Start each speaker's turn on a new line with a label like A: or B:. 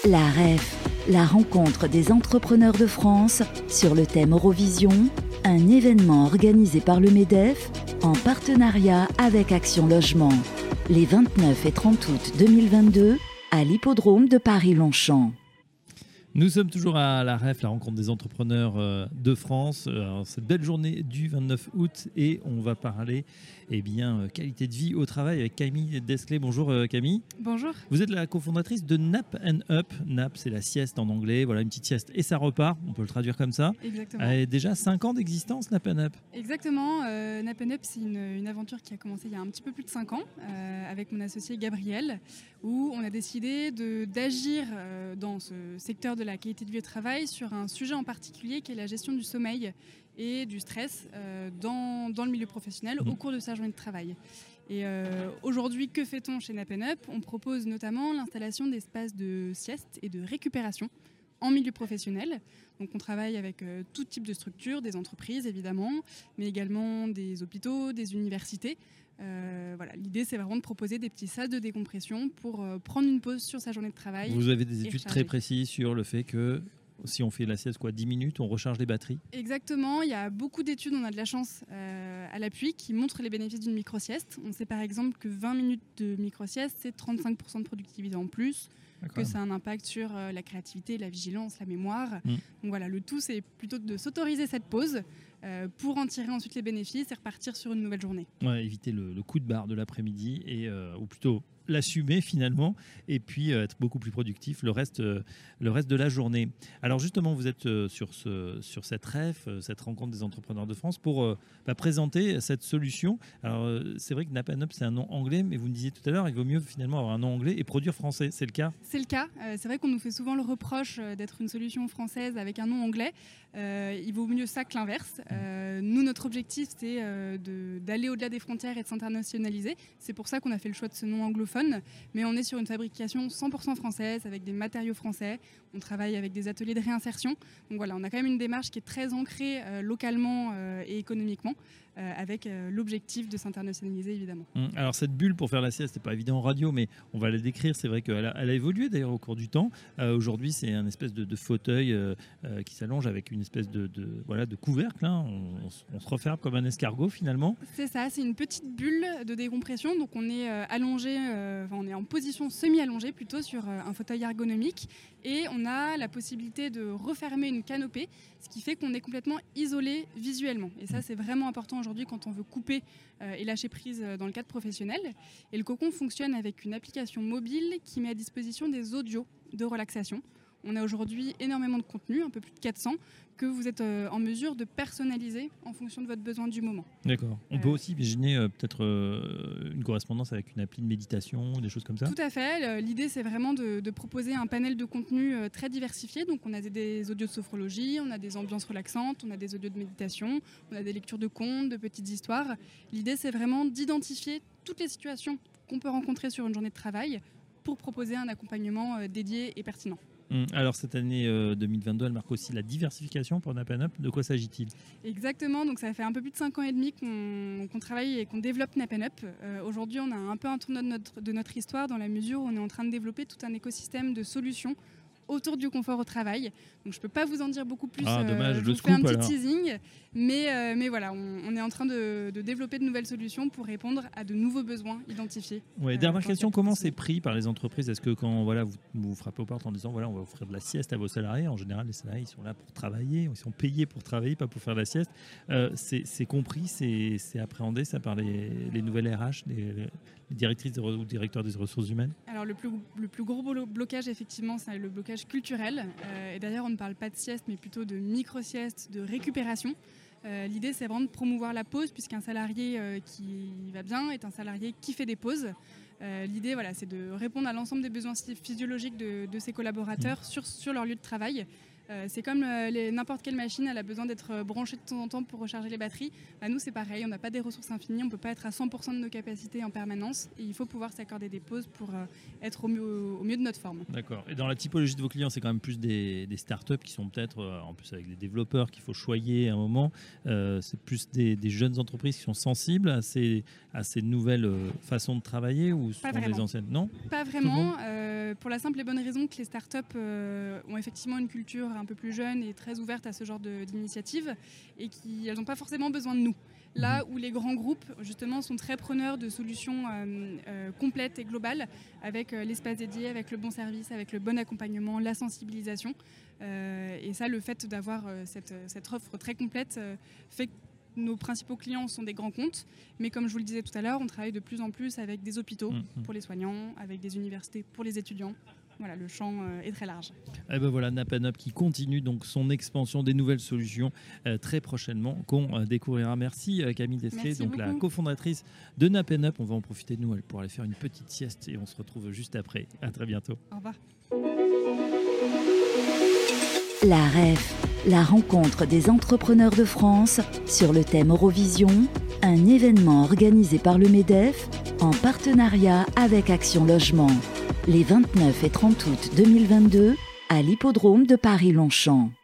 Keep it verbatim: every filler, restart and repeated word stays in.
A: La R E F, la rencontre des entrepreneurs de France sur le thème Eurovision, un événement organisé par le MEDEF en partenariat avec Action Logement, les vingt-neuf et trente août deux mille vingt-deux à l'hippodrome de Paris-Longchamp.
B: Nous sommes toujours à la R E F, la rencontre des entrepreneurs de France. Alors, cette belle journée du vingt-neuf août et on va parler eh bien, qualité de vie au travail avec Camille Desclés. Bonjour Camille.
C: Bonjour.
B: Vous êtes la cofondatrice de Nap and Up. Nap, c'est la sieste en anglais. Voilà, une petite sieste et ça repart. On peut le traduire comme ça.
C: Exactement.
B: Euh, déjà cinq ans d'existence, Nap and Up.
C: Exactement. Euh, Nap and Up, c'est une, une aventure qui a commencé il y a un petit peu plus de cinq ans euh, avec mon associé Gabriel, où on a décidé de, d'agir euh, dans ce secteur de la qualité de vie au travail sur un sujet en particulier qui est la gestion du sommeil et du stress euh, dans, dans le milieu professionnel mmh. au cours de sa journée de travail. Et euh, aujourd'hui, que fait-on chez Nap and Up ? On propose notamment l'installation d'espaces de sieste et de récupération en milieu professionnel. Donc on travaille avec euh, tout type de structures, des entreprises évidemment, mais également des hôpitaux, des universités. Euh, voilà, l'idée c'est vraiment de proposer des petits sas de décompression pour euh, prendre une pause sur sa journée de travail.
B: Vous avez des études très précises sur le fait que si on fait la sieste quoi, dix minutes, on recharge les batteries.
C: Exactement, il y a beaucoup d'études, on a de la chance euh, à l'appui, qui montrent les bénéfices d'une micro-sieste. On sait par exemple que vingt minutes de micro-sieste, c'est trente-cinq pour cent de productivité en plus, D'accord. que ça a un impact sur euh, la créativité, la vigilance, la mémoire. Mmh. Donc voilà, le tout c'est plutôt de s'autoriser cette pause euh, pour en tirer ensuite les bénéfices et repartir sur une nouvelle journée.
B: Ouais, éviter le, le coup de barre de l'après-midi, et, euh, ou plutôt l'assumer finalement et puis euh, être beaucoup plus productif le reste, euh, le reste de la journée. Alors justement, vous êtes euh, sur, ce, sur cette R E F, euh, cette rencontre des entrepreneurs de France pour euh, bah, présenter cette solution. Alors euh, c'est vrai que Nap and Up c'est un nom anglais, mais vous me disiez tout à l'heure, il vaut mieux finalement avoir un nom anglais et produire français, c'est le cas ?
C: C'est le cas, euh, c'est vrai qu'on nous fait souvent le reproche d'être une solution française avec un nom anglais. Euh, il vaut mieux ça que l'inverse. Euh, nous, notre objectif c'est euh, de, d'aller au-delà des frontières et de s'internationaliser. C'est pour ça qu'on a fait le choix de ce nom anglophone. Mais on est sur une fabrication cent pour cent française avec des matériaux français. On travaille avec des ateliers de réinsertion. Donc voilà, on a quand même une démarche qui est très ancrée euh, localement euh, et économiquement, euh, avec euh, l'objectif de s'internationaliser évidemment.
B: Alors cette bulle pour faire la sieste, c'est pas évident en radio, mais on va la décrire. C'est vrai qu'elle a, elle a évolué d'ailleurs au cours du temps. Euh, aujourd'hui, c'est un espèce de, de fauteuil euh, euh, qui s'allonge avec une espèce de, de, voilà, de couvercle. Hein. On, on, on se referme comme un escargot finalement.
C: C'est ça, c'est une petite bulle de décompression. Donc on est euh, allongé, euh, enfin, on est en position semi-allongée plutôt sur euh, un fauteuil ergonomique et on a la possibilité de refermer une canopée, ce qui fait qu'on est complètement isolé visuellement. Et ça, c'est vraiment important aujourd'hui quand on veut couper euh, et lâcher prise dans le cadre professionnel. Et le cocon fonctionne avec une application mobile qui met à disposition des audios de relaxation. On a aujourd'hui énormément de contenu, un peu plus de quatre cents, que vous êtes euh, en mesure de personnaliser en fonction de votre besoin du moment.
B: D'accord. On euh, peut aussi imaginer euh, peut-être euh, une correspondance avec une appli de méditation, des choses comme ça ?
C: Tout à fait. L'idée, c'est vraiment de, de proposer un panel de contenu euh, très diversifié. Donc, on a des, des audios de sophrologie, on a des ambiances relaxantes, on a des audios de méditation, on a des lectures de contes, de petites histoires. L'idée, c'est vraiment d'identifier toutes les situations qu'on peut rencontrer sur une journée de travail pour proposer un accompagnement euh, dédié et pertinent.
B: Alors cette année euh, deux mille vingt-deux, elle marque aussi la diversification pour Nap and Up. De quoi s'agit-il ?
C: Exactement, donc ça fait un peu plus de cinq ans et demi qu'on, qu'on travaille et qu'on développe Nap and Up. Euh, aujourd'hui, on a un peu un tournant de notre, de notre histoire dans la mesure où on est en train de développer tout un écosystème de solutions autour du confort au travail. Donc je ne peux pas vous en dire beaucoup plus.
B: Ah, dommage,
C: euh, je
B: le
C: vous
B: scoop,
C: fais un petit
B: alors.
C: teasing. Mais, euh, mais voilà, on, on est en train de, de développer de nouvelles solutions pour répondre à de nouveaux besoins identifiés.
B: Ouais, dernière euh, question, comment c'est pris par les entreprises ? Est-ce que quand voilà, vous, vous frappez aux portes en disant voilà, on va offrir de la sieste à vos salariés, en général les salariés ils sont là pour travailler, ils sont payés pour travailler, pas pour faire de la sieste, euh, c'est, c'est compris, c'est, c'est appréhendé ça par les, les nouvelles R H, les, les directrices ou directeurs des ressources humaines ?
C: Alors le plus, le plus gros blocage effectivement c'est le blocage culturel. Euh, et d'ailleurs on ne parle pas de sieste mais plutôt de micro-sieste, de récupération. Euh, l'idée c'est vraiment de promouvoir la pause puisqu'un salarié euh, qui va bien est un salarié qui fait des pauses. Euh, l'idée voilà, c'est de répondre à l'ensemble des besoins physiologiques de, de ses collaborateurs mmh. sur, sur leur lieu de travail. Euh, c'est comme euh, les, n'importe quelle machine, elle a besoin d'être branchée de temps en temps pour recharger les batteries. Bah, nous, c'est pareil, on n'a pas des ressources infinies, on ne peut pas être à cent pour cent de nos capacités en permanence. Et il faut pouvoir s'accorder des pauses pour euh, être au mieux, au mieux de notre forme.
B: D'accord. Et dans la typologie de vos clients, c'est quand même plus des, des startups qui sont peut-être, euh, en plus avec des développeurs qu'il faut choyer à un moment. Euh, c'est plus des, des jeunes entreprises qui sont sensibles à ces, à ces nouvelles euh, façons de travailler ou
C: Pas
B: sont
C: vraiment.
B: des anciennes? Non.
C: Pas vraiment, euh, pour la simple et bonne raison que les startups euh, ont effectivement une culture un peu plus jeune et très ouverte à ce genre de, d'initiative et qu'elles n'ont pas forcément besoin de nous. Là où les grands groupes, justement, sont très preneurs de solutions euh, euh, complètes et globales, avec euh, l'espace dédié, avec le bon service, avec le bon accompagnement, la sensibilisation. Euh, et ça, le fait d'avoir euh, cette, cette offre très complète euh, fait que nos principaux clients sont des grands comptes, mais comme je vous le disais tout à l'heure, on travaille de plus en plus avec des hôpitaux mmh. pour les soignants, avec des universités pour les étudiants. Voilà, le champ euh, est très large.
B: Et ben voilà, Napenup qui continue donc son expansion, des nouvelles solutions euh, très prochainement qu'on euh, découvrira. Merci euh, Camille Deslay,
C: Merci
B: donc
C: beaucoup.
B: la cofondatrice de Napenup. On va en profiter de nous pour aller faire une petite sieste et on se retrouve juste après. À très bientôt.
C: Au revoir.
A: La R E F, la rencontre des entrepreneurs de France sur le thème Eurovision, un événement organisé par le MEDEF en partenariat avec Action Logement, les vingt-neuf et trente août deux mille vingt-deux à l'hippodrome de Paris-Longchamp.